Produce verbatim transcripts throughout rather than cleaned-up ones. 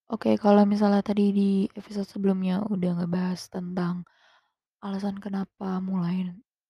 Oke, kalau misalnya tadi di episode sebelumnya udah ngebahas tentang alasan kenapa mulai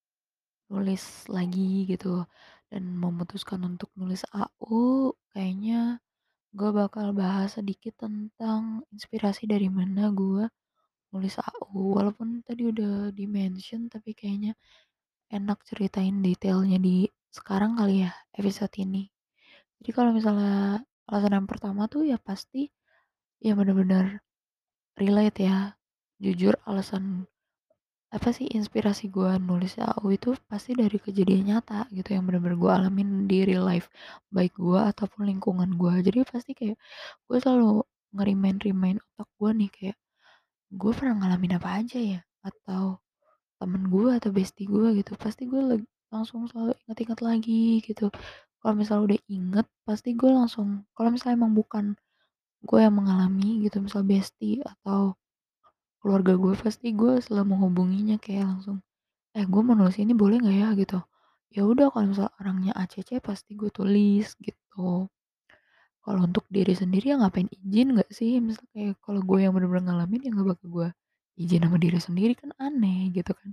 nulis lagi gitu dan memutuskan untuk nulis A U, kayaknya gue bakal bahas sedikit tentang inspirasi dari mana gue nulis A U. Walaupun tadi udah di-mention tapi kayaknya enak ceritain detailnya di sekarang kali ya, episode ini. Jadi kalau misalnya alasan yang pertama tuh ya pasti ya bener-bener relate ya. Jujur alasan apa sih inspirasi gue nulis A U itu pasti dari kejadian nyata gitu yang bener-bener gue alamin di real life, baik gue ataupun lingkungan gue. Jadi pasti kayak gue selalu nge-remind-remind otak gue nih kayak, gue pernah ngalamin apa aja ya? Atau temen gue atau bestie gue gitu, pasti gue leg langsung selalu inget-inget lagi gitu. Kalau misalnya udah inget, pasti gue langsung kalau misalnya emang bukan gue yang mengalami gitu, misal bestie atau keluarga gue, pasti gue selalu menghubunginya kayak langsung, "Eh, gue mau nulis ini boleh nggak ya?" Gitu. Ya udah kalau misal orangnya A C C pasti gue tulis gitu. Kalau untuk diri sendiri ya ngapain izin nggak sih? Misal kayak kalau gue yang bener-bener ngalamin ya nggak bakal gue izin sama diri sendiri, kan aneh gitu kan.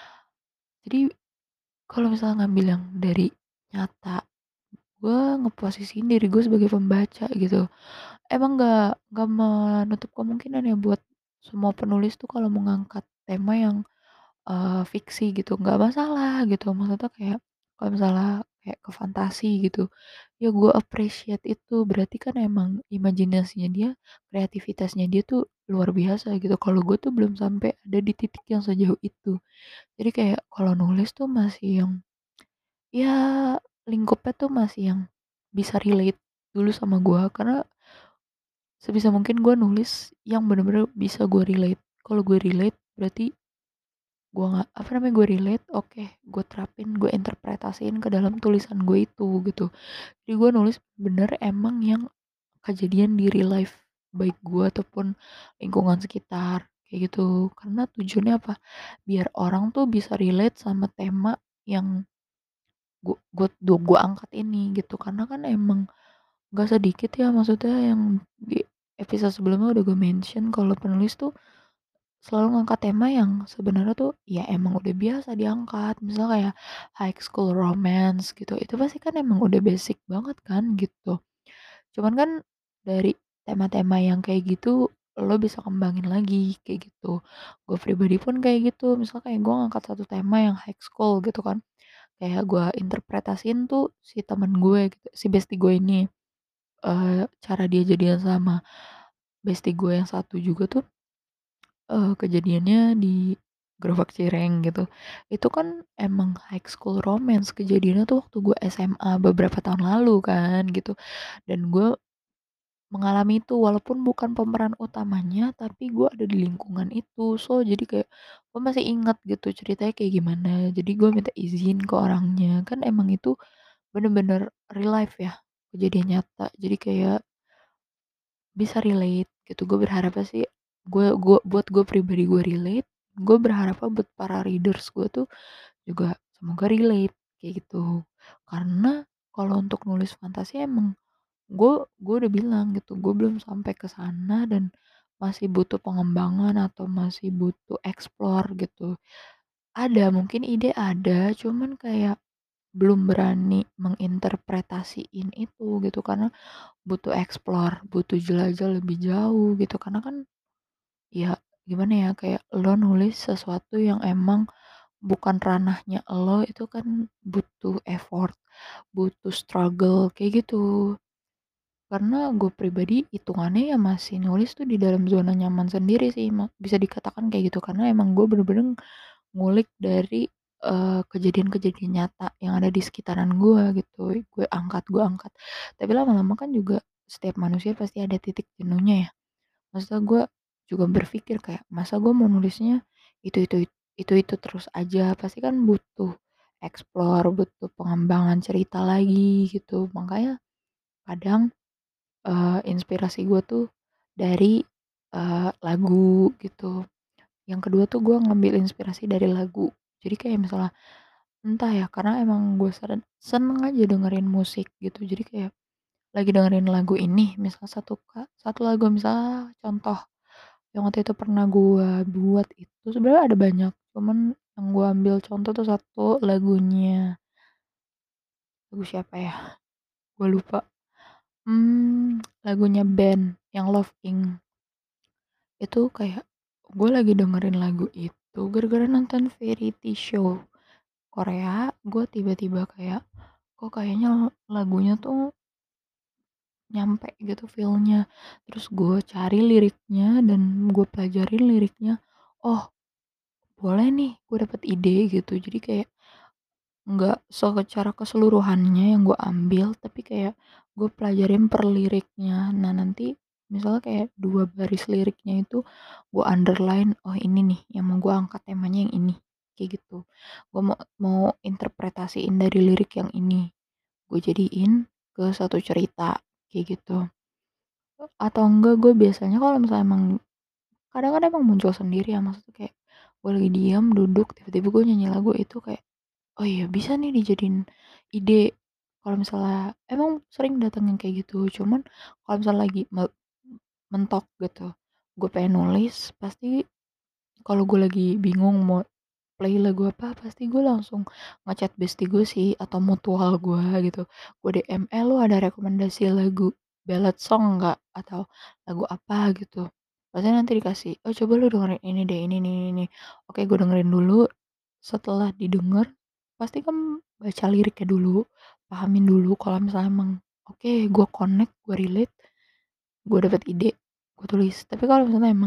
Jadi kalau misalnya ngambil yang dari nyata, gue ngeposisiin diri gue sebagai pembaca gitu. Emang nggak nggak menutup kemungkinan ya buat semua penulis tuh kalau mengangkat tema yang Eee, fiksi gitu, nggak masalah gitu. Maksudnya kayak kalau misalnya kayak ke fantasi gitu, ya gue appreciate itu, berarti kan emang imajinasinya dia, kreativitasnya dia tuh luar biasa gitu. Kalau gue tuh belum sampai ada di titik yang sejauh itu. Jadi kayak kalau nulis tuh masih yang, ya lingkupnya tuh masih yang bisa relate dulu sama gue, karena sebisa mungkin gue nulis yang bener-bener bisa gue relate. Kalau gue relate berarti Gua nggak apa namanya, gue relate, oke, gue terapin, gue interpretasiin ke dalam tulisan gue itu, gitu. Jadi gue nulis bener emang yang kejadian di real life, baik gue ataupun lingkungan sekitar, kayak gitu. Karena tujuannya apa? Biar orang tuh bisa relate sama tema yang gu gue du gue angkat ini, gitu. Karena kan emang nggak sedikit ya, maksudnya yang di episode sebelumnya udah gue mention kalau penulis tuh selalu ngangkat tema yang sebenarnya tuh ya emang udah biasa diangkat, misal kayak high school romance gitu, itu pasti kan emang udah basic banget kan gitu. Cuman kan dari tema-tema yang kayak gitu lo bisa kembangin lagi kayak gitu. Gue pribadi pun kayak gitu, misal kayak gue ngangkat satu tema yang high school gitu kan, kayak gue interpretasiin tuh si temen gue gitu, si bestie gue ini, eee, cara dia jadian sama bestie gue yang satu juga tuh Eee, kejadiannya di Gerobak Cireng gitu. Itu kan emang high school romance kejadiannya tuh waktu gue S M A beberapa tahun lalu kan gitu, dan gue mengalami itu walaupun bukan pemeran utamanya, tapi gue ada di lingkungan itu. So, jadi kayak gue masih ingat gitu ceritanya kayak gimana, jadi gue minta izin ke orangnya, kan emang itu bener-bener real life ya, kejadian nyata. Jadi kayak bisa relate gitu, gue berharapnya sih gue gue buat gue pribadi gue relate, gue berharapnya buat para readers gue tuh juga semoga relate, kayak gitu. Karena kalau untuk nulis fantasi emang gue gue udah bilang gitu, gue belum sampai ke sana dan masih butuh pengembangan atau masih butuh explore gitu. Ada, mungkin ide ada, cuman kayak belum berani menginterpretasiin itu gitu, karena butuh explore, butuh jelajah lebih jauh gitu, karena kan ya gimana ya, kayak lo nulis sesuatu yang emang bukan ranahnya lo, itu kan butuh effort, butuh struggle, kayak gitu. Karena gue pribadi hitungannya ya masih nulis tuh di dalam zona nyaman sendiri sih, ma bisa dikatakan kayak gitu, karena emang gue bener-bener ngulik dari, eee, kejadian-kejadian nyata yang ada di sekitaran gue gitu, gue angkat gue angkat. Tapi lama-lama kan juga setiap manusia pasti ada titik jenuhnya ya. Maksudnya gue juga berpikir kayak, masa gue mau nulisnya itu-itu itu-itu terus aja, pasti kan butuh explore, butuh pengembangan cerita lagi gitu. Makanya kadang, eee, inspirasi gue tuh dari, eee, lagu gitu. Yang kedua tuh gue ngambil inspirasi dari lagu. Jadi kayak misalnya entah ya, karena emang gue seren seneng aja dengerin musik gitu. Jadi kayak lagi dengerin lagu ini, misal satu ka satu lagu misalnya contoh yang waktu itu pernah gua buat itu sebenarnya ada banyak, cuman yang gua ambil contoh tuh satu lagunya lagu siapa ya? Gua lupa. Mmm, lagunya band yang Love, Inc. Itu kayak gue lagi dengerin lagu itu gara-gara nonton variety show Korea, gue tiba-tiba kayak, kok kayaknya lagunya tuh nyampe gitu feel-nya. Terus gue cari liriknya dan gue pelajarin liriknya, oh boleh nih gue dapet ide gitu. Jadi kayak nggak secara keseluruhannya yang gue ambil, tapi kayak gue pelajarin per liriknya. Nah nanti misalnya kayak dua baris liriknya itu gue underline, oh ini nih yang mau gue angkat temanya yang ini, kayak gitu. Gue mau mau interpretasiin dari lirik yang ini, gue jadiin ke satu cerita, kayak gitu. Atau enggak gue biasanya kalau misalnya emang kadang-kadang emang muncul sendiri ya, maksudnya kayak gue lagi diam, duduk, tiba-tiba gue nyanyi lagu itu kayak, oh iya bisa nih dijadiin ide. Kalau misalnya emang sering datang yang kayak gitu, cuman kalau misalnya lagi me mentok gitu, gue pengen nulis, pasti kalau gue lagi bingung mau play lagu apa, pasti gue langsung nge-chat bestie gue sih atau mutual gue gitu. Gue D M, "Eh, lu ada rekomendasi lagu ballad song nggak? Atau lagu apa?" gitu. Pasti nanti dikasih, "Oh, coba lu dengerin ini deh, ini ini ini." Oke, gue dengerin dulu. Setelah didengar, pasti kan baca liriknya dulu, pahamin dulu kalau misalnya emang oke, gue connect, gue relate, gue dapet ide, gue tulis. Tapi kalau misalnya emang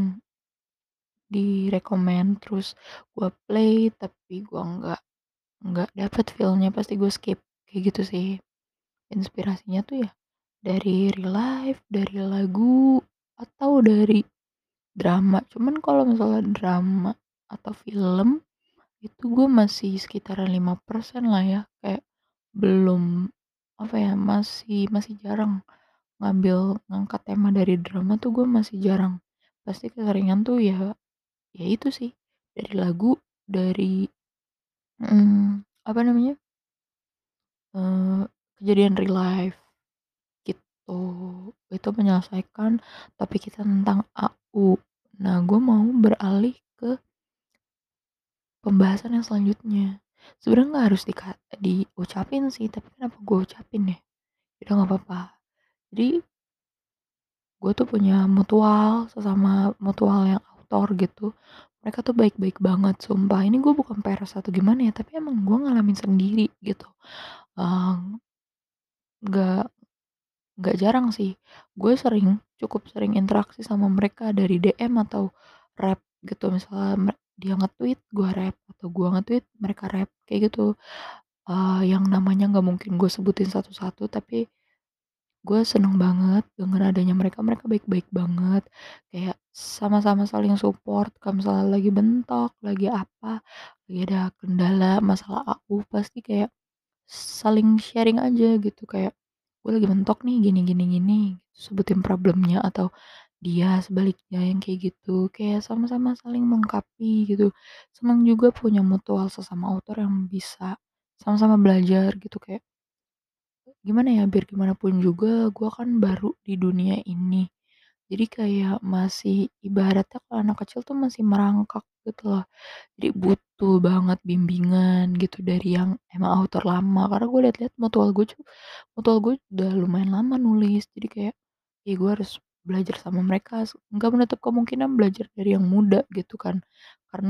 direkomend terus gue play tapi gue nggak nggak dapet feel-nya, pasti gue skip, kayak gitu sih. Inspirasinya tuh ya dari real life, dari lagu, atau dari drama. Cuman kalau misalnya drama atau film itu gue masih sekitaran lima persen lah ya, kayak belum apa ya, masih masih jarang ngambil ngangkat tema dari drama tuh gue masih jarang. Pasti keseringan tuh ya ya itu sih, dari lagu, dari mhm, apa namanya, eee, kejadian real life gitu. Itu menyelesaikan topik kita tentang A U. Nah, gue mau beralih ke pembahasan yang selanjutnya. Sebenarnya nggak harus dika diucapin sih, tapi kenapa gue ucapin ya? Ya udah nggak apa-apa. Jadi gue tuh punya mutual, sesama mutual yang autor gitu. Mereka tuh baik-baik banget, sumpah. Ini gue bukan peres atau gimana ya, tapi emang gue ngalamin sendiri gitu. Eee, nggak nggak jarang sih, gue sering, cukup sering interaksi sama mereka dari D M atau rap gitu. Misalnya me dia nge-tweet, gue rap, atau gue nge-tweet, mereka rap, kayak gitu. Eee, yang namanya nggak mungkin gue sebutin satu-satu, tapi gue seneng banget denger adanya mereka, mereka baik-baik banget, kayak sama-sama saling support kalau misalnya lagi bentok, lagi apa, lagi ada kendala masalah A U, pasti kayak saling sharing aja gitu, kayak, "Gue lagi mentok nih gini gini gini," sebutin problemnya, atau dia sebaliknya yang kayak gitu, kayak sama-sama saling melengkapi gitu. Senang juga punya mutual sesama author yang bisa sama-sama belajar gitu, kayak gimana ya, biar gimana pun juga gue kan baru di dunia ini. Jadi kayak masih ibaratnya kalau anak kecil tuh masih merangkak gitu loh. Jadi butuh banget bimbingan gitu dari yang emang author lama, karena gue liat-liat mutual gue tuh mutual gue udah lumayan lama nulis, jadi kayak, ya gue harus belajar sama mereka, nggak menutup kemungkinan belajar dari yang muda gitu kan. Karena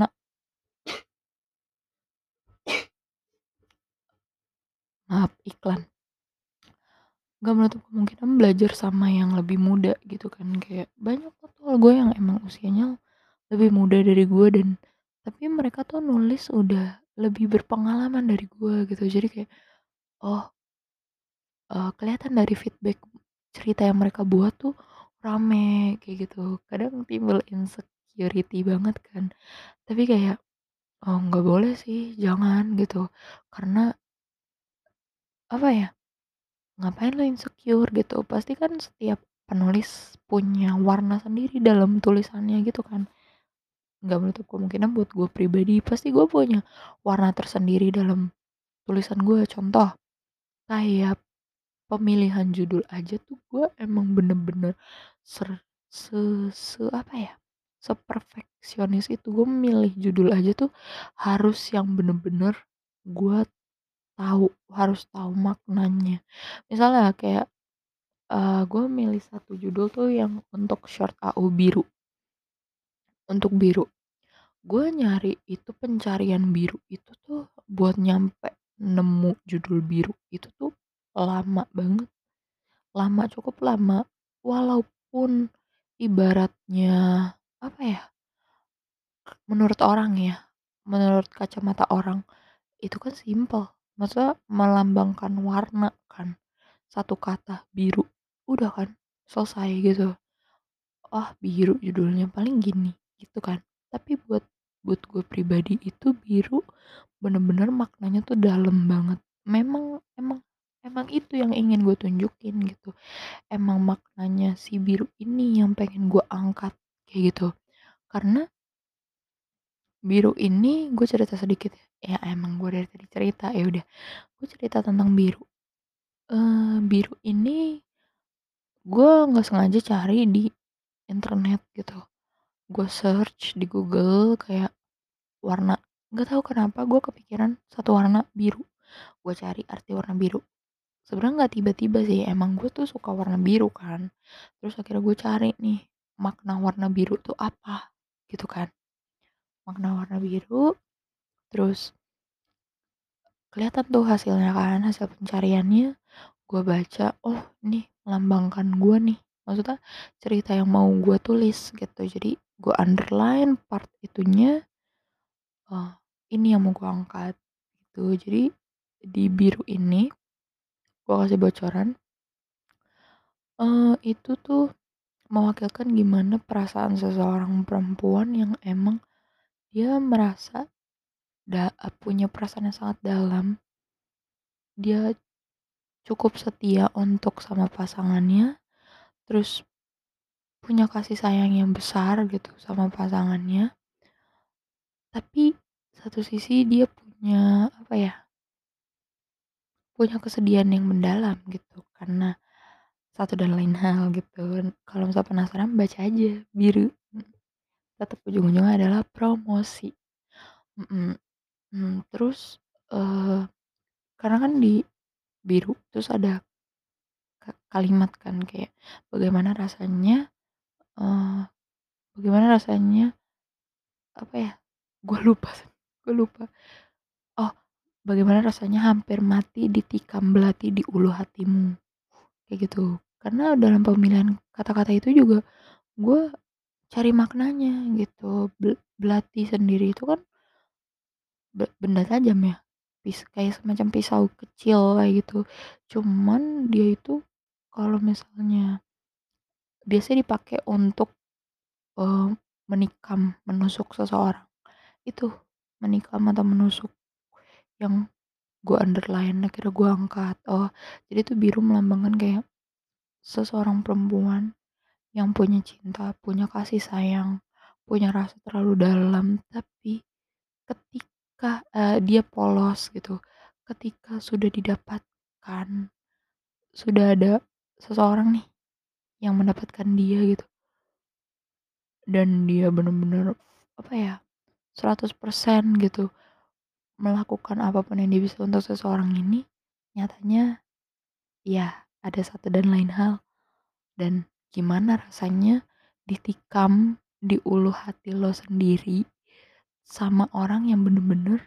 maaf, iklan. Nggak menutup kemungkinan belajar sama yang lebih muda gitu kan, kayak banyak mutual gue yang emang usianya lebih muda dari gue, dan tapi mereka tuh nulis udah lebih berpengalaman dari gue gitu. Jadi kayak, oh, eee, kelihatan dari feedback cerita yang mereka buat tuh rame, kayak gitu. Kadang timbul insecurity banget kan, tapi kayak, oh nggak boleh sih, jangan gitu. Karena apa ya, ngapain lo insecure gitu, pasti kan setiap penulis punya warna sendiri dalam tulisannya gitu kan. Nggak menutup kemungkinan buat gue pribadi, pasti gue punya warna tersendiri dalam tulisan gue. Contoh, kayak pemilihan judul aja tuh gue emang bener-bener ser se se apa ya, seperfeksionis itu. Gue milih judul aja tuh harus yang bener-bener gue tahu, harus tahu maknanya. Misalnya kayak, eee, gue milih satu judul tuh yang untuk Short A U Biru, untuk Biru. Gue nyari itu pencarian Biru itu tuh buat nyampe nemu judul Biru itu tuh lama banget, lama, cukup lama. Walaupun ibaratnya, apa ya, menurut orang ya, menurut kacamata orang, itu kan simpel, maksudnya melambangkan warna kan, satu kata biru, udah kan, selesai gitu. Oh biru judulnya paling gini, gitu kan. Tapi buat buat gue pribadi itu biru bener-bener maknanya tuh dalam banget. Memang emang emang itu yang ingin gue tunjukin gitu. Emang maknanya si biru ini yang pengen gue angkat kayak gitu. Karena biru ini gue cerita sedikit ya. Ya emang gue dari tadi cerita, ya udah. Gue cerita tentang biru. Eh biru ini gue nggak sengaja cari di internet gitu. Gue search di Google kayak warna, nggak tahu kenapa gue kepikiran satu warna biru. Gue cari arti warna biru. Sebenarnya nggak tiba-tiba sih, emang gue tuh suka warna biru kan. Terus akhirnya gue cari nih makna warna biru tuh apa gitu kan. Makna warna biru, terus kelihatan tuh hasilnya kan, hasil pencariannya. Gue baca, oh ini melambangkan gue nih. Maksudnya cerita yang mau gue tulis gitu. Jadi gue underline part itunya, oh ini yang mau gue angkat gitu. Jadi di biru ini gue kasih bocoran, eh itu tuh mewakilkan gimana perasaan seseorang perempuan yang emang dia merasa da punya perasaan yang sangat dalam. Dia cukup setia untuk sama pasangannya, terus punya kasih sayang yang besar gitu sama pasangannya. Tapi satu sisi dia punya apa ya? Punya kesedihan yang mendalam gitu karena satu dan lain hal gitu. Kalau misalnya penasaran baca aja Biru. Tetap ujung-ujungnya adalah promosi. Mhm, mmm, terus, eee, karena kan di Biru terus ada ka kalimat kan kayak bagaimana rasanya, eee, bagaimana rasanya, apa ya, gue lupa gue lupa. Oh, bagaimana rasanya hampir mati ditikam belati di ulu hatimu, kayak gitu. Karena dalam pemilihan kata-kata itu juga gue cari maknanya gitu. Bel belati sendiri itu kan be benda tajam ya, pis kayak semacam pisau kecil kayak gitu. Cuman dia itu kalau misalnya biasanya dipakai untuk, eee, menikam, menusuk seseorang. Itu, menikam atau menusuk yang gue underline, akhirnya gue angkat. Oh, jadi tuh biru melambangkan kayak seseorang perempuan yang punya cinta, punya kasih sayang, punya rasa terlalu dalam, tapi ketika, eee, dia polos gitu, ketika sudah didapatkan, sudah ada seseorang nih yang mendapatkan dia gitu, dan dia bener-bener, apa ya, seratus persen gitu melakukan apapun yang dia bisa untuk seseorang ini, nyatanya ya ada satu dan lain hal, dan gimana rasanya ditikam di ulu hati lo sendiri sama orang yang bener-bener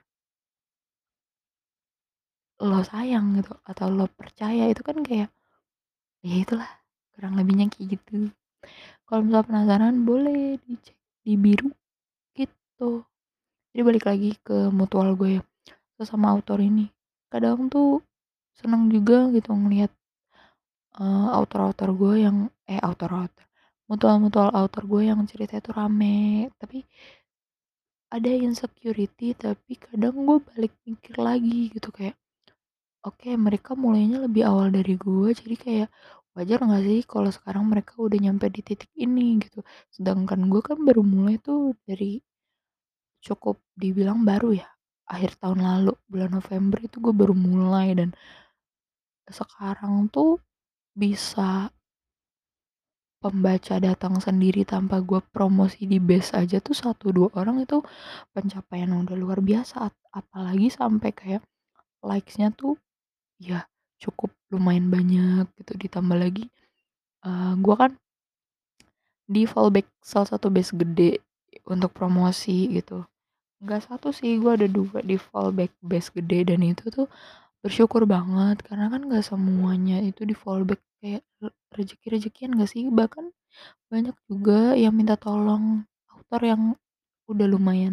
lo sayang gitu atau lo percaya, itu kan kayak ya itulah kurang lebihnya kayak gitu. Kalau misalnya penasaran boleh dicek di Biru gitu. Jadi balik lagi ke mutual gue ya, sesama autor ini. Kadang tuh seneng juga gitu ngelihat, eee, autor-autor gue yang eh autor-autor, mutual-mutual autor gue yang ceritanya tuh rame, tapi ada insecurity, tapi kadang gue balik mikir lagi gitu kayak, oke mereka mulainya lebih awal dari gue, jadi kayak wajar nggak sih kalau sekarang mereka udah nyampe di titik ini gitu. Sedangkan gue kan baru mulai tuh dari cukup dibilang baru ya, akhir tahun lalu, bulan November itu gue baru mulai dan sekarang tuh bisa pembaca datang sendiri tanpa gue promosi di base aja tuh satu dua orang itu pencapaian yang udah luar biasa, at apalagi sampai kayak likes-nya tuh ya cukup lumayan banyak gitu, ditambah lagi, eee, gua kan di fallback salah satu base gede untuk promosi gitu. Nggak satu sih, gua ada dua di fallback base gede dan itu tuh bersyukur banget karena kan nggak semuanya itu di fallback kayak re rezeki-rezekian nggak sih? Bahkan banyak juga yang minta tolong author yang udah lumayan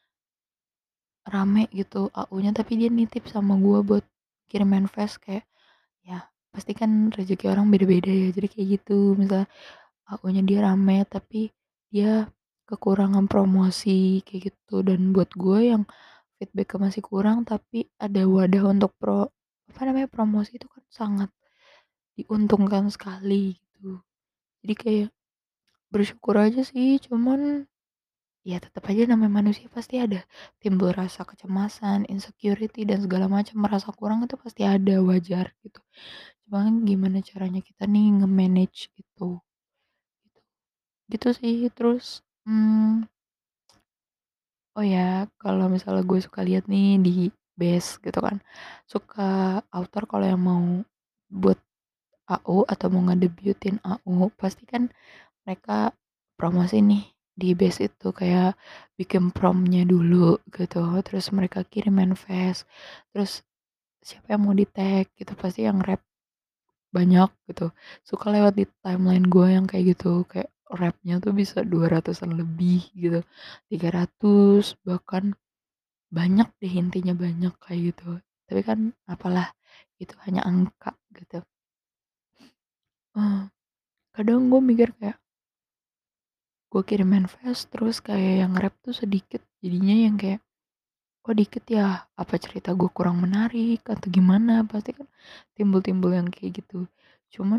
rame gitu A U-nya, tapi dia nitip sama gua buat kirim manifest kayak, ya pasti kan rezeki orang beda-beda ya, jadi kayak gitu. Misal A U-nya dia rame tapi dia kekurangan promosi kayak gitu, dan buat gue yang feedback-nya masih kurang tapi ada wadah untuk pro apa namanya, promosi itu kan sangat diuntungkan sekali gitu. Jadi kayak bersyukur aja sih, cuman ya tetap aja namanya manusia pasti ada timbul rasa kecemasan, insecurity dan segala macam, merasa kurang itu pasti ada, wajar gitu. Cuman gimana caranya kita nih nge-manage itu, gitu. Gitu sih. Terus, mmm, oh ya, kalau misalnya gue suka lihat nih di Base gitu kan, suka author kalau yang mau buat A U atau mau ngedebutin A U, pasti kan mereka promosi nih di Base itu, kayak bikin prompt-nya dulu gitu, terus mereka kirim manifest, terus siapa yang mau di-tag gitu, pasti yang rap banyak gitu. Suka lewat di timeline gue yang kayak gitu, kayak rapnya tuh bisa dua ratusan lebih gitu, tiga ratus bahkan banyak deh, intinya banyak kayak gitu. Tapi kan apalah, itu hanya angka gitu. Eee, kadang gue mikir kayak, gue kirim manifest terus kayak yang rap tuh sedikit, jadinya yang kayak, "Kok dikit ya? Apa cerita gue kurang menarik atau gimana?" Pasti kan timbul-timbul yang kayak gitu. Cuman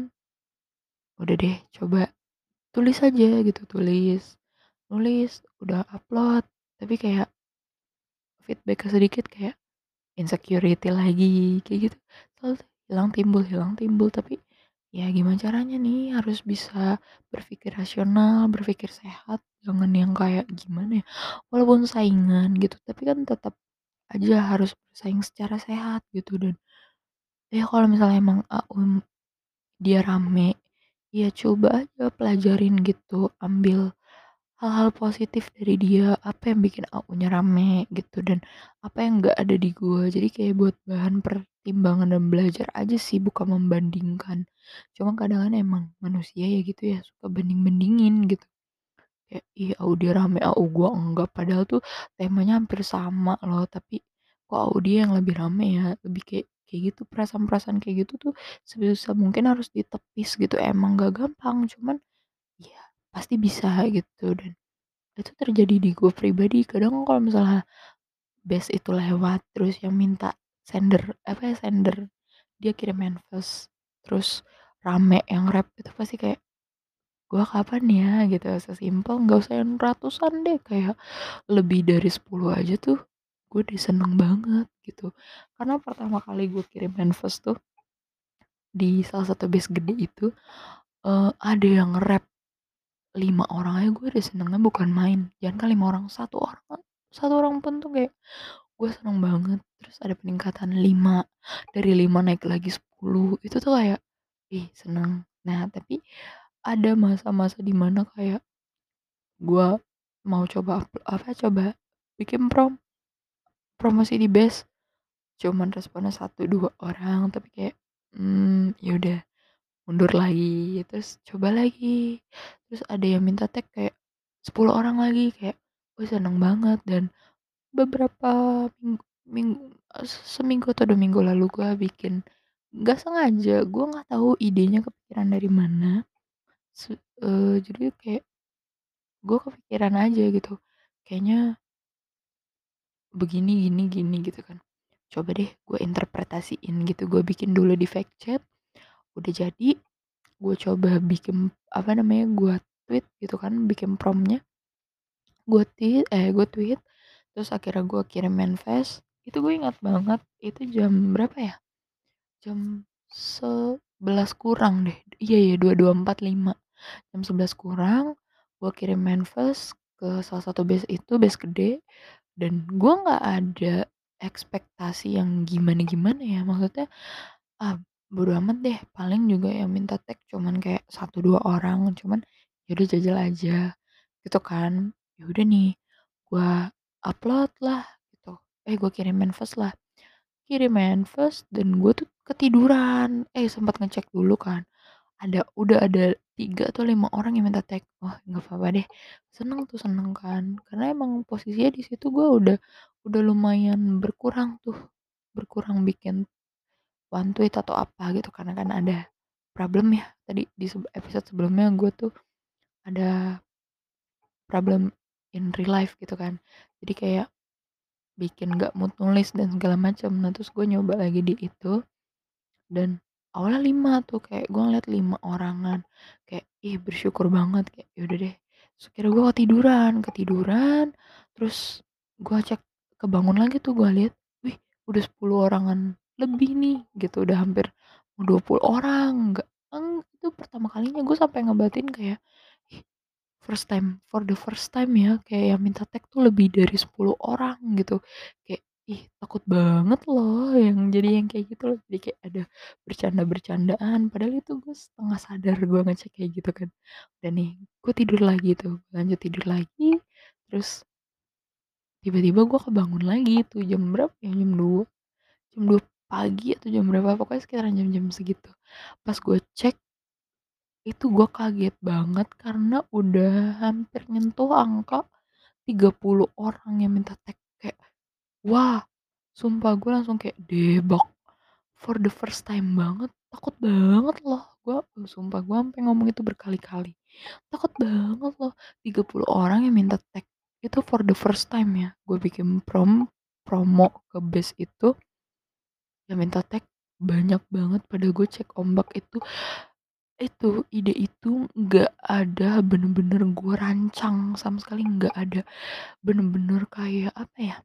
udah deh coba tulis aja gitu, tulis, nulis, udah upload, tapi kayak feedback sedikit kayak insecurity lagi, kayak gitu. Selalu tuh hilang timbul hilang timbul, tapi ya gimana caranya nih harus bisa berpikir rasional, berpikir sehat, jangan yang kayak gimana ya, walaupun saingan gitu, tapi kan tetap aja harus bersaing secara sehat gitu. Dan ya kalau misalnya emang A U dia rame, ya coba aja pelajarin gitu, ambil hal-hal positif dari dia, apa yang bikin A U-nya rame gitu, dan apa yang nggak ada di gua. Jadi kayak buat bahan pertimbangan dan belajar aja sih, bukan membandingkan. Cuma kadang kan emang manusia ya gitu ya, suka banding-bandingin gitu. Kayak, ih A U dia rame, A U gua enggak, padahal tuh temanya hampir sama loh, tapi kok A U dia yang lebih rame ya, lebih kayak kayak gitu, perasaan-perasaan kayak gitu tuh sebisa mungkin harus ditepis gitu. Emang gak gampang, cuman ya pasti bisa gitu. Dan itu terjadi di gue pribadi, kadang kalau misalnya base itu lewat terus yang minta sender apa ya, sender dia kirim manifest terus rame yang rap itu, pasti kayak, "Gua kapan ya?" Gitu, sesimpel nggak usah yang ratusan deh, kayak lebih dari sepuluh aja tuh gue udah seneng banget gitu. Karena pertama kali gue kirim manifest tuh di salah satu base gede itu, eee, ada yang rap lima orang aja gue udah senengnya bukan main, jangan kan lima orang, satu orang satu orang pun tuh kayak gue seneng banget. Terus ada peningkatan lima, dari lima naik lagi sepuluh, itu tuh kayak, ih seneng. Nah tapi ada masa-masa di mana kayak gue mau coba uplo apa, coba bikin prom promosi di Base, cuman responnya satu dua orang, tapi kayak, mmm, ya udah mundur lagi, terus coba lagi, terus ada yang minta tag kayak sepuluh orang lagi, kayak, wih seneng banget. Dan beberapa ming ming eee, seminggu atau dua minggu lalu gue bikin, nggak sengaja, gue nggak tahu idenya kepikiran dari mana, se eee, jadi kayak gue kepikiran aja gitu, kayaknya begini, gini, gini gitu kan. Coba deh gue interpretasiin gitu, gue bikin dulu di Factchat, udah jadi, gue coba bikin, apa namanya, gue tweet gitu kan, bikin prompt-nya, gue tweet eh, gue tweet, terus akhirnya gue kirim manifest, itu gue ingat banget, itu jam berapa ya, jam sebelas kurang deh, iya iya, dua dua empat lima, jam sebelas kurang, gue kirim manifest ke salah satu base itu, base gede, dan gue nggak ada ekspektasi yang gimana-gimana ya, maksudnya, ah, bodo amat deh, paling juga yang minta tag cuman kayak satu dua orang, cuman ya udah jajal aja, gitu kan. Ya udah nih, gue upload lah gitu, eh, gue kirim manifest lah. Kirim manifest dan gue tuh ketiduran, eh, sempat ngecek dulu kan, ada udah ada tiga atau lima orang yang minta tag, wah nggak apa-apa deh, seneng tuh, seneng kan, karena emang posisinya di situ gue udah udah lumayan berkurang tuh, berkurang bikin one tweet atau apa gitu, karena kan ada problem ya, tadi di seb episode sebelumnya gue tuh ada problem in real life gitu kan, jadi kayak bikin nggak mood nulis dan segala macam. Nah terus gue nyoba lagi di itu, dan awalnya lima tuh, kayak gue ngeliat lima orangan, kayak, ih bersyukur banget, kayak ya udah deh, terus akhirnya gue ketiduran ketiduran, terus gue cek, kebangun lagi tuh gue lihat, wih udah sepuluh orangan lebih nih gitu, udah hampir mau dua puluh orang, nggak eng itu pertama kalinya gue sampai ngebatin kayak, ih, first time, for the first time ya, kayak yang minta tag tuh lebih dari sepuluh orang gitu. Kayak, ih takut banget loh yang jadi yang kayak gitu loh. Jadi kayak ada bercanda-bercandaan, padahal itu gue setengah sadar gue ngecek kayak gitu kan. Dan nih, gue tidur lagi tuh, lanjut tidur lagi, terus tiba-tiba gue kebangun lagi tuh jam berapa ya, jam dua jam dua pagi atau jam berapa, pokoknya sekitaran jam-jam segitu. Pas gue cek, itu gue kaget banget karena udah hampir nyentuh angka tiga puluh orang yang minta tag, kayak, wah, sumpah gue langsung kayak debak, for the first time banget, takut banget loh, gue sumpah gue sampai ngomong itu berkali-kali, takut banget loh, tiga puluh orang yang minta tag, itu for the first time ya, gue bikin prom promo ke base itu, yang minta tag banyak banget, pada gue cek ombak itu itu ide itu nggak ada bener-bener gue rancang sama sekali, nggak ada bener-bener kayak apa ya,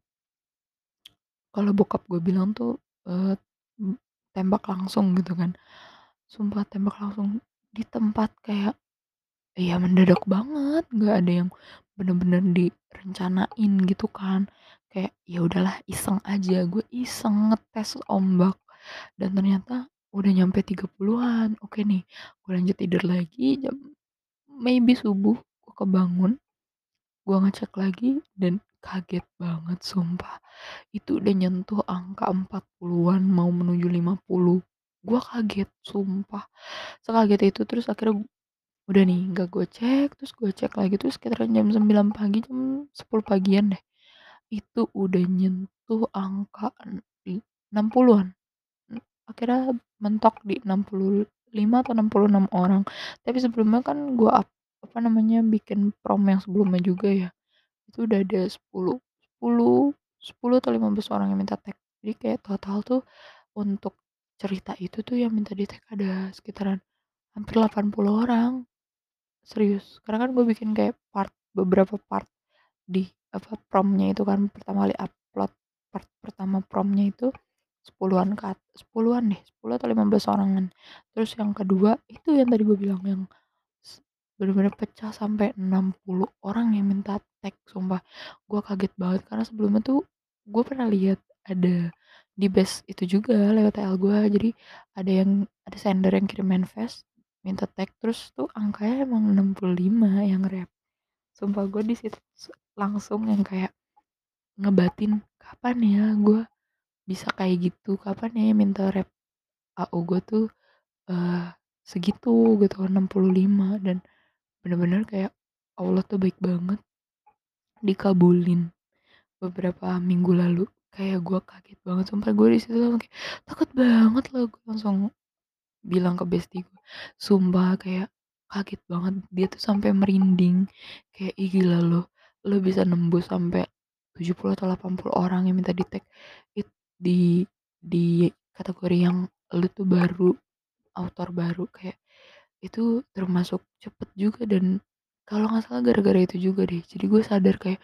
kalau bokap gue bilang tuh, eee, m tembak langsung gitu kan. Sumpah tembak langsung di tempat, kayak ya mendadak banget, nggak ada yang bener-bener direncanain gitu kan. Kayak ya udahlah iseng aja, gue iseng ngetes ombak dan ternyata udah nyampe tiga puluhan-an. Oke nih, gue lanjut tidur lagi, jam maybe subuh, gue kebangun, gue ngecek lagi dan kaget banget sumpah. Itu udah nyentuh angka empat puluhan-an mau menuju lima puluh. Gua kaget sumpah, sekaget itu, terus akhirnya udah nih nggak gue cek, terus gue cek lagi, terus sekitaran jam sembilan pagi, jam sepuluh pagian deh, itu udah nyentuh angka en i enam puluhan-an. Mmm, akhirnya mentok di enam puluh lima atau enam puluh enam orang. Tapi sebelumnya kan gue up apa namanya, bikin prom yang sebelumnya juga ya, itu udah ada sepuluh sepuluh sepuluh atau lima belas orang yang minta tag. Jadi kayak total tuh untuk cerita itu tuh yang minta di-tag ada sekitaran hampir delapan puluh orang, serius. Karena kan gue bikin kayak part, beberapa part di apa, promnya itu kan, pertama kali upload part pertama promnya itu sepuluhan-an ke at sepuluhan deh, sepuluh atau lima belas orangan. Terus yang kedua itu yang tadi gue bilang yang s bener-bener pecah sampai enam puluh orang yang minta tag, sumpah. Gue kaget banget karena sebelumnya tuh gue pernah lihat ada di base itu juga lewat T L gue, jadi ada yang ada sender yang kirim manifest minta tag, terus tuh angkanya emang enam puluh lima yang rep. Sumpah gue di situ s langsung yang kayak ngebatin, kapan ya gue bisa kayak gitu, kapan ya minta rep A U gue tuh, eee, segitu gitu, enam puluh lima, dan bener-bener kayak Allah tuh baik banget, dikabulin beberapa minggu lalu. Kayak gue kaget banget, sumpah gue di situ langsung kayak takut banget loh, gue langsung bilang ke bestie gue, sumpah kayak kaget banget, dia tuh sampai merinding, kayak, "Ih gila lo, lo bisa nembus sampai tujuh puluh atau delapan puluh orang yang minta di-tag it di di kategori yang lu tuh baru, autor baru," kayak itu termasuk cepet juga, dan kalau nggak salah gara-gara itu juga deh, jadi gue sadar kayak,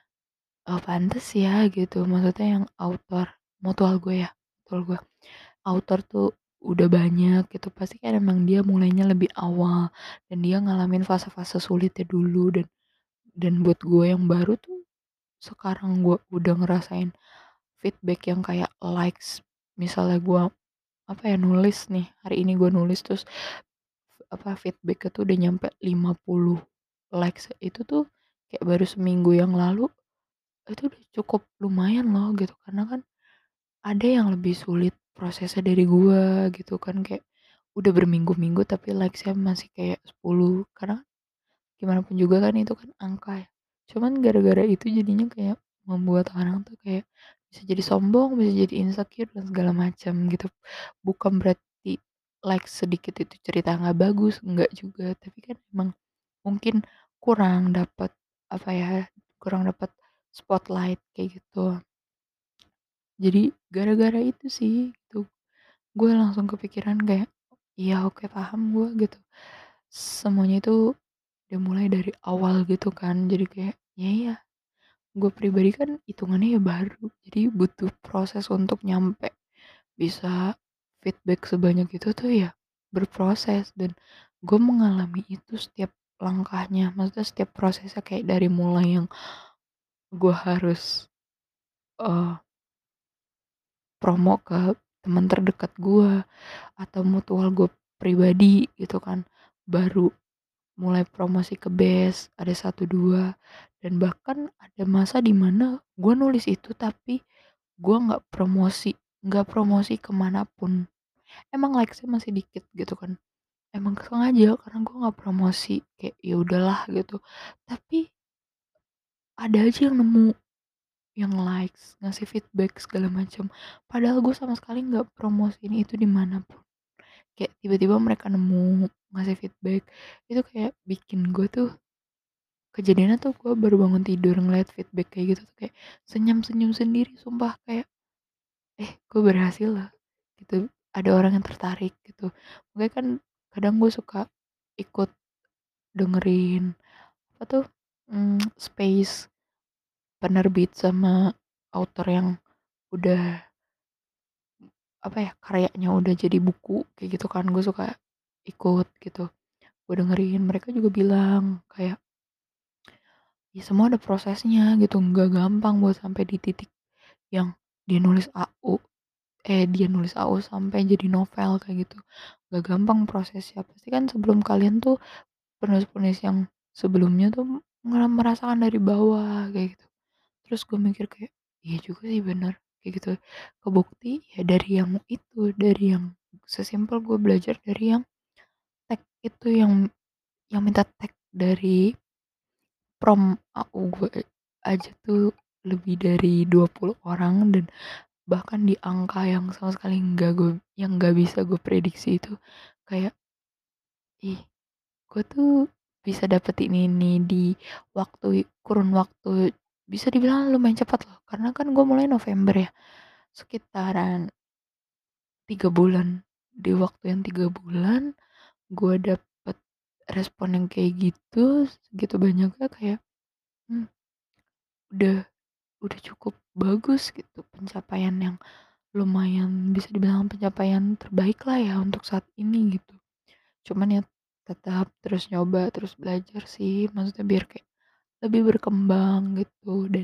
oh pantes ya gitu, maksudnya yang autor, mutual gue ya, mutual gue, autor tuh udah banyak gitu, pasti kan emang dia mulainya lebih awal dan dia ngalamin fase-fase sulitnya dulu dan dan buat gue yang baru tuh sekarang gue udah ngerasain feedback yang kayak likes, misalnya gue apa ya, nulis nih, hari ini gue nulis terus apa, feedback-nya tuh udah nyampe lima puluh likes, itu tuh kayak baru seminggu yang lalu, itu udah cukup lumayan loh gitu, karena kan ada yang lebih sulit prosesnya dari gua gitu kan, kayak udah berminggu-minggu tapi likes-nya masih kayak sepuluh, karena gimana pun juga kan itu kan angka ya. Cuman gara-gara itu jadinya kayak membuat orang tuh kayak bisa jadi sombong, bisa jadi insecure dan segala macam gitu. Bukan berarti likes sedikit itu cerita nggak bagus, enggak juga, tapi kan emang mungkin kurang dapat apa ya, kurang dapat spotlight kayak gitu. Jadi gara-gara itu sih gitu, gue langsung kepikiran kayak, iya oke paham gue gitu. Semuanya itu dimulai dari awal gitu kan, jadi kayak, ya iya, gue pribadi kan hitungannya ya baru, jadi butuh proses untuk nyampe bisa feedback sebanyak itu tuh ya berproses dan gue mengalami itu setiap langkahnya, maksudnya setiap prosesnya kayak dari mulai yang gue harus, eee, promo ke teman terdekat gue atau mutual gue pribadi gitu kan, baru mulai promosi ke base, ada satu dua dan bahkan ada masa di mana gue nulis itu tapi gue nggak promosi, nggak promosi kemana pun. Emang likes-nya masih dikit gitu kan, emang sengaja karena gue nggak promosi, kayak ya udahlah gitu. Tapi ada aja yang nemu, yang likes, ngasih feedback segala macam. Padahal gue sama sekali nggak promosiin itu di mana pun. Kayak tiba-tiba mereka nemu, ngasih feedback, itu kayak bikin gue tuh, kejadiannya tuh gue baru bangun tidur ngeliat feedback kayak gitu tuh kayak senyum-senyum sendiri sumpah, kayak, "Eh, gue berhasil loh," gitu, ada orang yang tertarik gitu. Makanya kan kadang gue suka ikut dengerin apa tuh, mmm, space penerbit sama author yang udah apa ya, karyanya udah jadi buku kayak gitu kan, gue suka ikut gitu. Gue dengerin, mereka juga bilang kayak, ya semua ada prosesnya gitu, nggak gampang buat sampai di titik yang dia nulis A U, eh dia nulis A U sampai jadi novel kayak gitu. Nggak gampang prosesnya. Pasti kan sebelum kalian tuh penulis-penulis yang sebelumnya tuh ngera merasakan dari bawah kayak gitu. Terus gue mikir kayak, iya juga sih bener kayak gitu. Kebukti ya dari yang itu, dari yang sesimpel gue belajar dari yang tag itu, yang yang minta tag dari prom A U gue aja tuh lebih dari dua puluh orang dan bahkan di angka yang sama sekali nggak gue, yang nggak bisa gue prediksi itu kayak, ih gue tuh bisa dapetin ini di waktu kurun waktu bisa dibilang lumayan cepat loh, karena kan gue mulai November ya, sekitaran tiga bulan, di waktu yang tiga bulan gue dapet respon yang kayak gitu, segitu banyaknya kayak, mmm, udah udah cukup bagus gitu, pencapaian yang lumayan bisa dibilang pencapaian terbaik lah ya untuk saat ini gitu. Cuman ya tetap terus nyoba, terus belajar sih, maksudnya biar kayak lebih berkembang gitu dan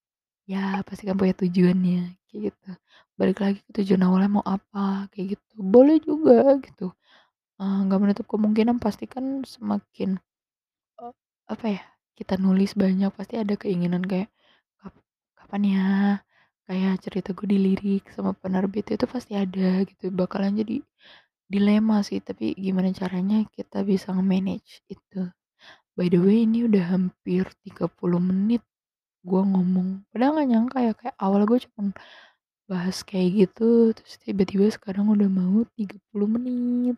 ya pasti kan punya tujuannya kayak gitu. Balik lagi ke tujuan awalnya mau apa kayak gitu, boleh juga gitu, eee, nggak menutup kemungkinan pasti kan semakin, eee, apa ya, kita nulis banyak pasti ada keinginan kayak, "Kap kapan ya kayak cerita gue dilirik sama penerbit," itu pasti ada gitu, bakalan jadi dilema sih, tapi gimana caranya kita bisa nge-manage itu. By the way ini udah hampir tiga puluh menit gua ngomong, padahal nggak nyangka ya, kayak awal gue cuman bahas kayak gitu, terus tiba-tiba sekarang udah mau tiga puluh menit.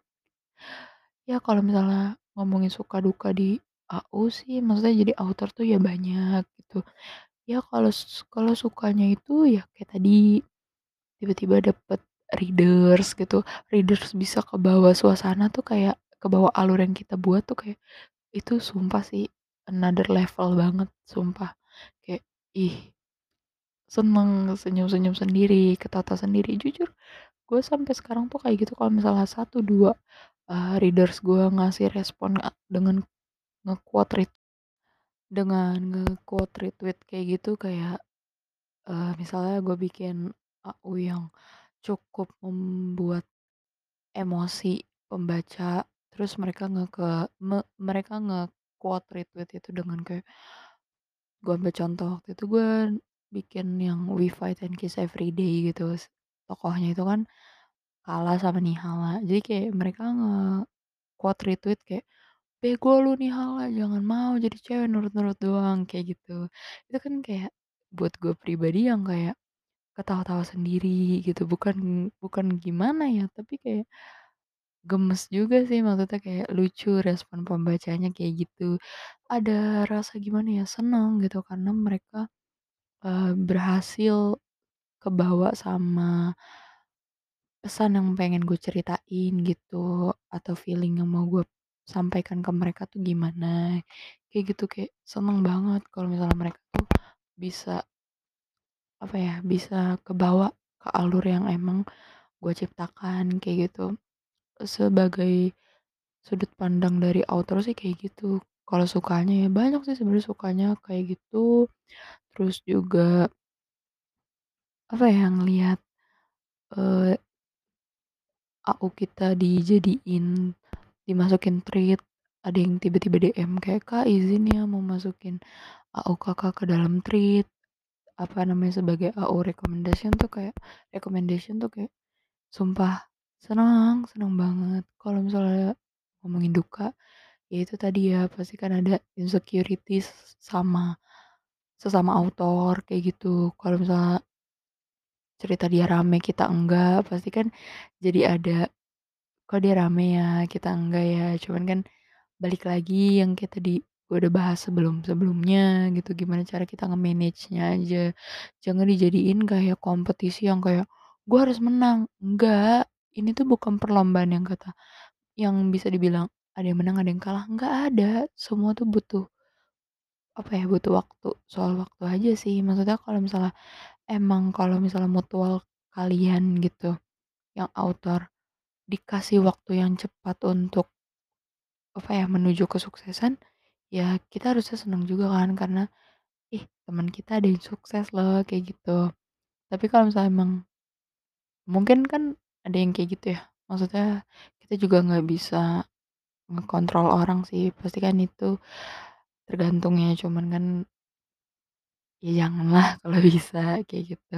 Ya kalau misalnya ngomongin suka duka di A U sih, maksudnya jadi author tuh ya banyak gitu. Ya kalau s kalau sukanya itu ya kayak tadi, tiba-tiba dapet readers gitu, readers bisa kebawa suasana tuh kayak kebawa alur yang kita buat tuh kayak, itu sumpah sih another level banget, sumpah. Kayak, ih seneng, senyum-senyum sendiri, ketawa sendiri. Jujur gue sampai sekarang tuh kayak gitu kalau misalnya satu, dua, eee, readers gue ngasih respon a dengan nge-quote ret dengan nge-quote retweet kayak gitu kayak, eee, misalnya gue bikin A U yang cukup membuat emosi pembaca, terus mereka ngeke me mereka nge-quote retweet itu dengan kayak gue ambil contoh waktu itu gue bikin yang We Fight and Kiss Every Day gitu, s tokohnya itu kan Kala sama Nihala. Jadi kayak mereka nge-quote retweet kayak, "Bego lu Nihala, jangan mau jadi cewek nurut-nurut doang," kayak gitu. Itu kan kayak buat gue pribadi yang kayak ketawa-tawa sendiri gitu, bukan bukan gimana ya, tapi kayak gemes juga sih, maksudnya kayak lucu respon pembacanya kayak gitu. Ada rasa gimana ya, seneng gitu karena mereka, eee, berhasil kebawa sama pesan yang pengen gue ceritain gitu, atau feeling yang mau gue sampaikan ke mereka tuh gimana, kayak gitu. Kayak seneng banget kalau misalnya mereka tuh bisa, apa ya, bisa kebawa ke alur yang emang gue ciptakan kayak gitu. Sebagai sudut pandang dari author sih kayak gitu. Kalau sukanya ya banyak sih sebenarnya sukanya kayak gitu, terus juga, apa ya, ngelihat, eee, A U kita dijadiin dimasukin thread, ada yang tiba-tiba D M kayak, "Kak, izin ya mau masukin A U Kakak ke dalam thread," apa namanya, sebagai A U recommendation tuh kayak recommendation tuh kayak sumpah senang, senang banget. Kalau misalnya ngomongin duka, ya itu tadi ya, pasti kan ada insecurities sama sesama autor kayak gitu. Kalau misalnya cerita dia rame, kita enggak, pasti kan jadi ada, "Kok dia rame ya, kita enggak ya?" Cuman kan balik lagi yang kayak tadi gue udah bahas sebelum-sebelumnya gitu, gimana cara kita nge-manage-nya aja. Jangan dijadiin kayak kompetisi yang kayak, "Gue harus menang." Enggak, ini tuh bukan perlombaan yang kata yang bisa dibilang ada yang menang, ada yang kalah, enggak ada. Semua tuh butuh, apa ya, butuh waktu, soal waktu aja sih. Maksudnya kalau misalnya emang kalau misalnya mutual kalian gitu, yang author dikasih waktu yang cepat untuk, apa ya, menuju kesuksesan, ya kita harusnya senang juga kan karena, ih teman kita ada yang sukses loh kayak gitu. Tapi kalau misalnya emang mungkin kan ada yang kayak gitu ya, maksudnya kita juga nggak bisa ngekontrol orang sih, pasti kan itu tergantung ya, cuman kan ya janganlah kalau bisa kayak gitu.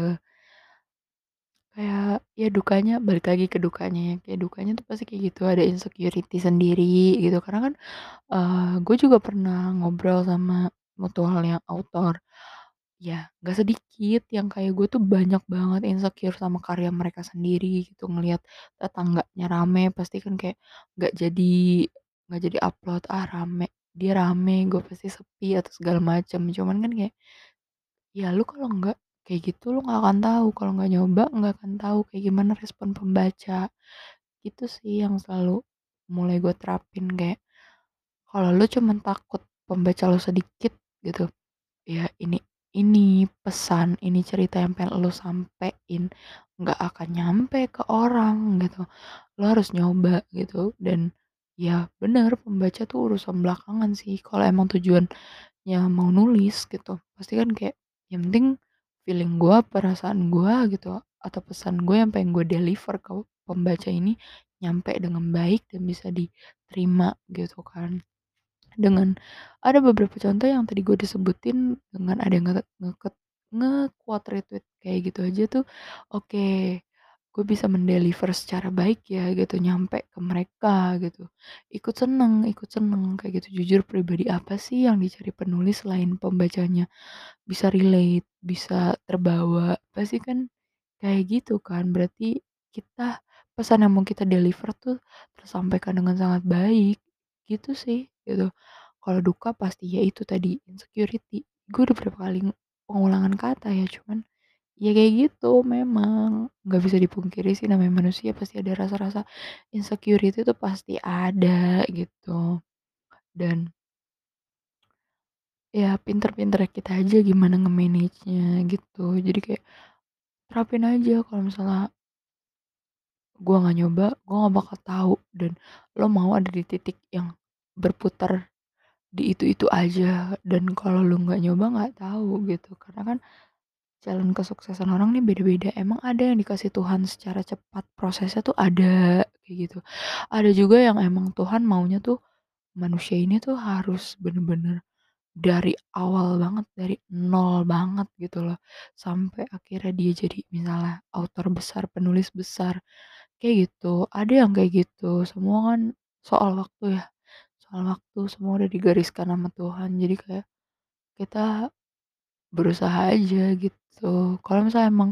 Kayak, ya dukanya balik lagi ke dukanya ya, kayak dukanya tuh pasti kayak gitu, ada insecurity sendiri gitu. Karena kan, eee, gue juga pernah ngobrol sama mutualnya author, ya nggak sedikit yang kayak gue tuh banyak banget insecure sama karya mereka sendiri gitu, ngelihat tetangganya rame pasti kan kayak nggak jadi nggak jadi upload, "Ah rame, dia rame, gue pasti sepi," atau segala macam. Cuman kan kayak, ya lu kalau nggak kayak gitu lu nggak akan tahu, kalau nggak nyoba nggak akan tahu kayak gimana respon pembaca. Itu sih yang selalu mulai gue terapin kayak, kalau lu cuman takut pembaca lu sedikit gitu, ya ini ini pesan, ini cerita yang pengen lu sampein nggak akan nyampe ke orang gitu. Lo harus nyoba gitu dan ya bener pembaca tuh urusan belakangan sih kalau emang tujuan ya mau nulis gitu, pasti kan kayak yang penting feeling gue, perasaan gue gitu, atau pesan gue yang pengen gue deliver ke pembaca ini nyampe dengan baik dan bisa diterima gitu kan. Dengan ada beberapa contoh yang tadi gue disebutin dengan ada yang nge ngeket nge-quote retweet kayak gitu aja tuh, oke, gue bisa mendeliver secara baik ya gitu, nyampe ke mereka gitu. Ikut seneng ikut seneng kayak gitu. Jujur pribadi apa sih yang dicari penulis selain pembacanya bisa relate, bisa terbawa, pasti kan kayak gitu kan. Berarti kita pesan yang mau kita deliver tuh tersampaikan dengan sangat baik, gitu sih, gitu. Kalau duka pasti ya itu tadi, insecurity. Gue udah berapa kali nge pengulangan kata ya, cuman ya kayak gitu memang, nggak bisa dipungkiri sih namanya manusia pasti ada rasa-rasa insecurity itu pasti ada gitu. Dan, ya pinter-pinternya kita aja gimana nge-manage-nya gitu. Jadi kayak terapin aja kalau misalnya gua nggak nyoba, gua nggak bakal tahu dan lo mau ada di titik yang berputar di itu-itu aja dan kalau lu nggak nyoba nggak tahu gitu. Karena kan jalan kesuksesan orang nih beda-beda. Emang ada yang dikasih Tuhan secara cepat, prosesnya tuh ada kayak gitu. Ada juga yang emang Tuhan maunya tuh manusia ini tuh harus bener-bener dari awal banget, dari nol banget gitu loh. Sampai akhirnya dia jadi misalnya author besar, penulis besar, kayak gitu. Ada yang kayak gitu. Semua kan soal waktu ya. Soal waktu semua udah digariskan sama Tuhan. Jadi kayak kita berusaha aja gitu. Kalau misalnya emang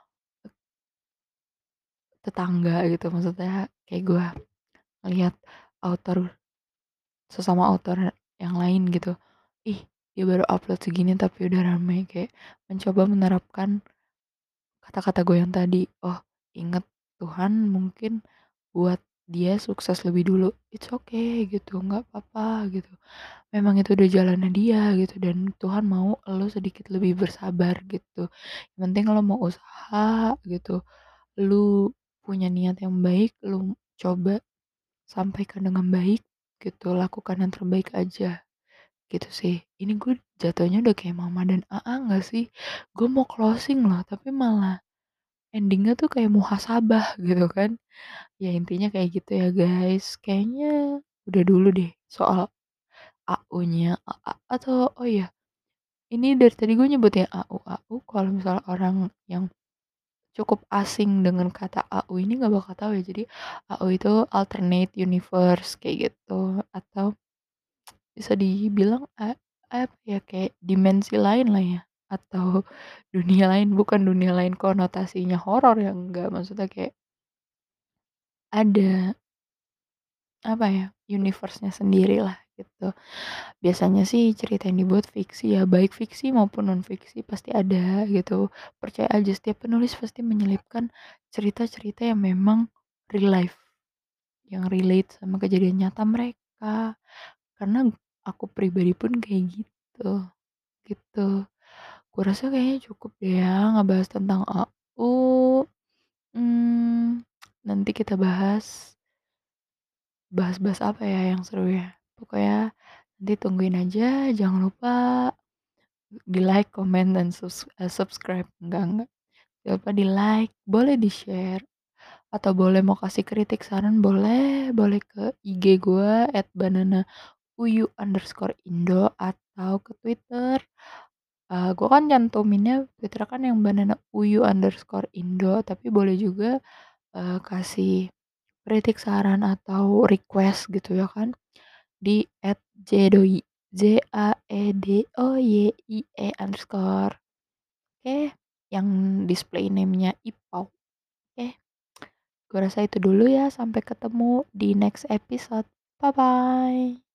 tetangga gitu, maksudnya kayak gue ngelihat author sesama author yang lain gitu, ih dia baru upload segini tapi udah rame, kayak mencoba menerapkan kata-kata gue yang tadi, oh inget Tuhan mungkin buat dia sukses lebih dulu, it's okay gitu, nggak apa-apa gitu. Memang itu udah jalannya dia gitu dan Tuhan mau lo sedikit lebih bersabar gitu. Yang penting lo mau usaha gitu, lu punya niat yang baik, lu coba sampaikan dengan baik gitu, lakukan yang terbaik aja gitu sih. Ini gue jatuhnya udah kayak mama dan aa nggak sih? Gue mau closing loh, tapi malah endingnya tuh kayak muhasabah gitu kan. Ya intinya kayak gitu ya guys. Kayaknya udah dulu deh soal A U-nya. A- A- atau oh iya, ini dari tadi gue nyebutnya A U A U. Kalau misalnya orang yang cukup asing dengan kata A U ini nggak bakal tahu ya. Jadi A U itu alternate universe kayak gitu atau bisa dibilang a- apa ya kayak dimensi lain lah ya atau dunia lain, bukan dunia lain konotasinya horor yang enggak, maksudnya kayak ada apa ya universe-nya sendiri lah gitu. Biasanya sih cerita yang dibuat fiksi ya, baik fiksi maupun non fiksi pasti ada gitu. Percaya aja setiap penulis pasti menyelipkan cerita-cerita yang memang real life, yang relate sama kejadian nyata mereka. Karena aku pribadi pun kayak gitu, gitu. Gue rasa kayaknya cukup deh ya ngebahas tentang A U. Hmm, nanti kita bahas bahas-bahas apa ya yang seru ya. Pokoknya nanti tungguin aja, jangan lupa di-like, komen, dan sus- eh, subscribe. Enggak, enggak. Jangan lupa di-like, boleh di-share. Atau boleh mau kasih kritik saran, boleh. Boleh ke I G gue, at banana uyu underscore indo. Atau ke Twitter. Eh gue kan cantuminnya Twitter kan yang banana uyu underscore indo. Tapi boleh juga eh, kasih kritik saran atau request gitu ya kan. Di at jdoi. J A E D O Y I E underscore. Oke, yang display name-nya Ipau. Oke, gue rasa itu dulu ya. Sampai ketemu di next episode. Bye-bye.